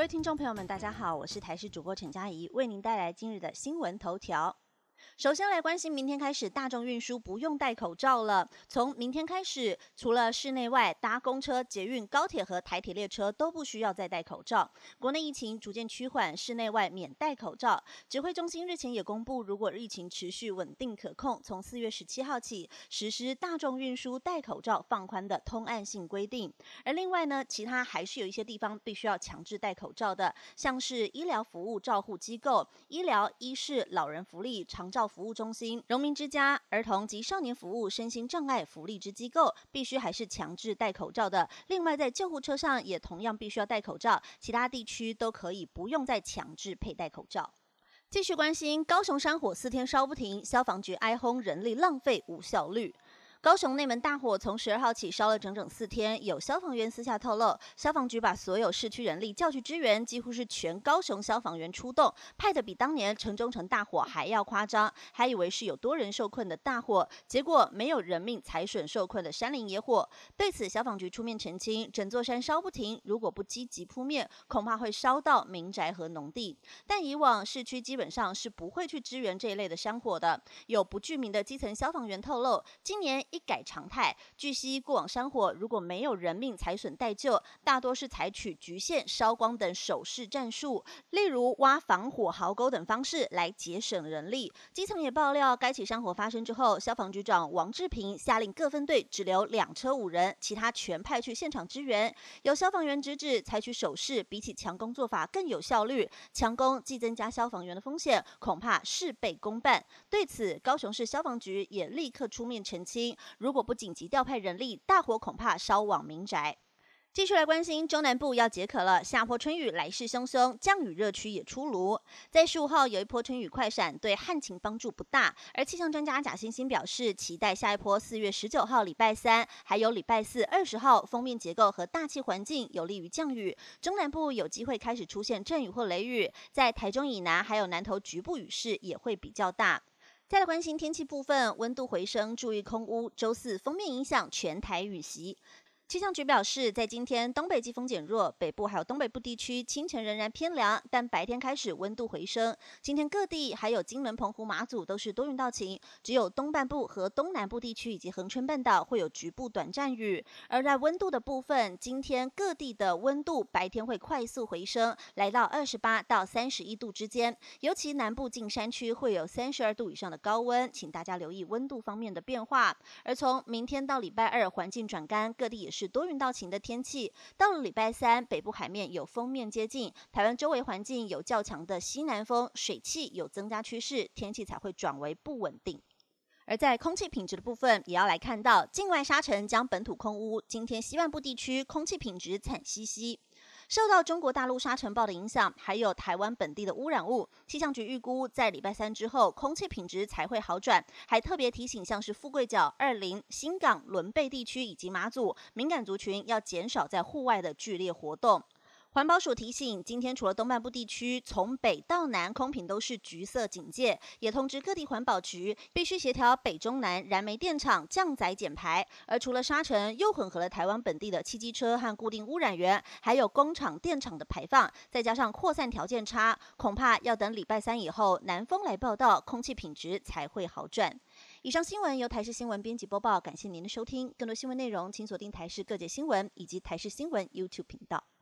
位听众朋友们，大家好，我是台视主播陈佳怡，为您带来今日的新闻头条。首先来关心，明天开始大众运输不用戴口罩了。从明天开始，除了室内外，搭公车、捷运、高铁和台铁列车都不需要再戴口罩。国内疫情逐渐趋缓，室内外免戴口罩。指挥中心日前也公布，如果疫情持续稳定可控，从4月17号起实施大众运输戴口罩放宽的通案性规定。而另外呢，其他还是有一些地方必须要强制戴口罩的，像是医疗服务照护机构、医疗、医事、老人福利、长照服务中心、荣民之家、儿童及少年服务、身心障碍福利之机构，必须还是强制戴口罩的。另外，在救护车上也同样必须要戴口罩，其他地区都可以不用再强制佩戴口罩。继续关心高雄山火4天烧不停，消防局哀轰人力浪费无效率。高雄内门大火从12号起烧了整整4天，有消防员私下透露，消防局把所有市区人力叫去支援，几乎是全高雄消防员出动，派的比当年城中城大火还要夸张，还以为是有多人受困的大火，结果没有人命财损受困的山林野火。对此，消防局出面澄清，整座山烧不停，如果不积极扑灭，恐怕会烧到民宅和农地。但以往市区基本上是不会去支援这一类的山火的。有不具名的基层消防员透露，今年一改常态，据悉过往山火如果没有人命财损待救，大多是采取局限、烧光等手势战术，例如挖防火壕沟等方式来节省人力。基层也爆料，该起山火发生之后，消防局长王志平下令各分队只留2车5人，其他全派去现场支援。有消防员直指，采取手势比起强攻做法更有效率，强攻既增加消防员的风险，恐怕事倍功半。对此，高雄市消防局也立刻出面澄清，如果不紧急调派人力，大火恐怕烧往民宅。继续来关心中南部要解渴了，下波春雨来势汹汹，降雨热区也出炉。在15号有一波春雨快闪，对旱情帮助不大。而气象专家贾欣欣表示，期待下一波4月19号礼拜3，还有礼拜4 20号，锋面结构和大气环境有利于降雨。中南部有机会开始出现阵雨或雷雨，在台中以南还有南投局部雨势也会比较大。再来关心天气部分，温度回升，注意空污。周4锋面影响全台雨袭。气象局表示，在今天东北季风减弱，北部还有东北部地区清晨仍然偏凉，但白天开始温度回升。今天各地还有金门、澎湖、马祖都是多云到晴，只有东半部和东南部地区以及恒春半岛会有局部短暂雨。而在温度的部分，今天各地的温度白天会快速回升，来到28到31度之间，尤其南部近山区会有32度以上的高温，请大家留意温度方面的变化。而从明天到礼拜2，环境转干，各地也是多云到晴的天气。到了礼拜3，北部海面有锋面接近，台湾周围环境有较强的西南风，水汽有增加趋势，天气才会转为不稳定。而在空气品质的部分，也要来看到境外沙尘将本土空污，今天西半部地区空气品质惨兮兮。受到中国大陆沙尘暴的影响，还有台湾本地的污染物，气象局预估在礼拜3之后，空气品质才会好转。还特别提醒，像是富贵角、二林、新港、伦贝地区以及马祖敏感族群要减少在户外的剧烈活动。环保署提醒，今天除了东半部地区，从北到南空品都是橘色警戒，也通知各地环保局必须协调北中南燃煤电厂降载减排。而除了沙尘，又混合了台湾本地的汽机车和固定污染源，还有工厂电厂的排放，再加上扩散条件差，恐怕要等礼拜3以后南风来报道，空气品质才会好转。以上新闻由台视新闻编辑播报，感谢您的收听。更多新闻内容请锁定台视各界新闻以及台视新闻 YouTube 频道。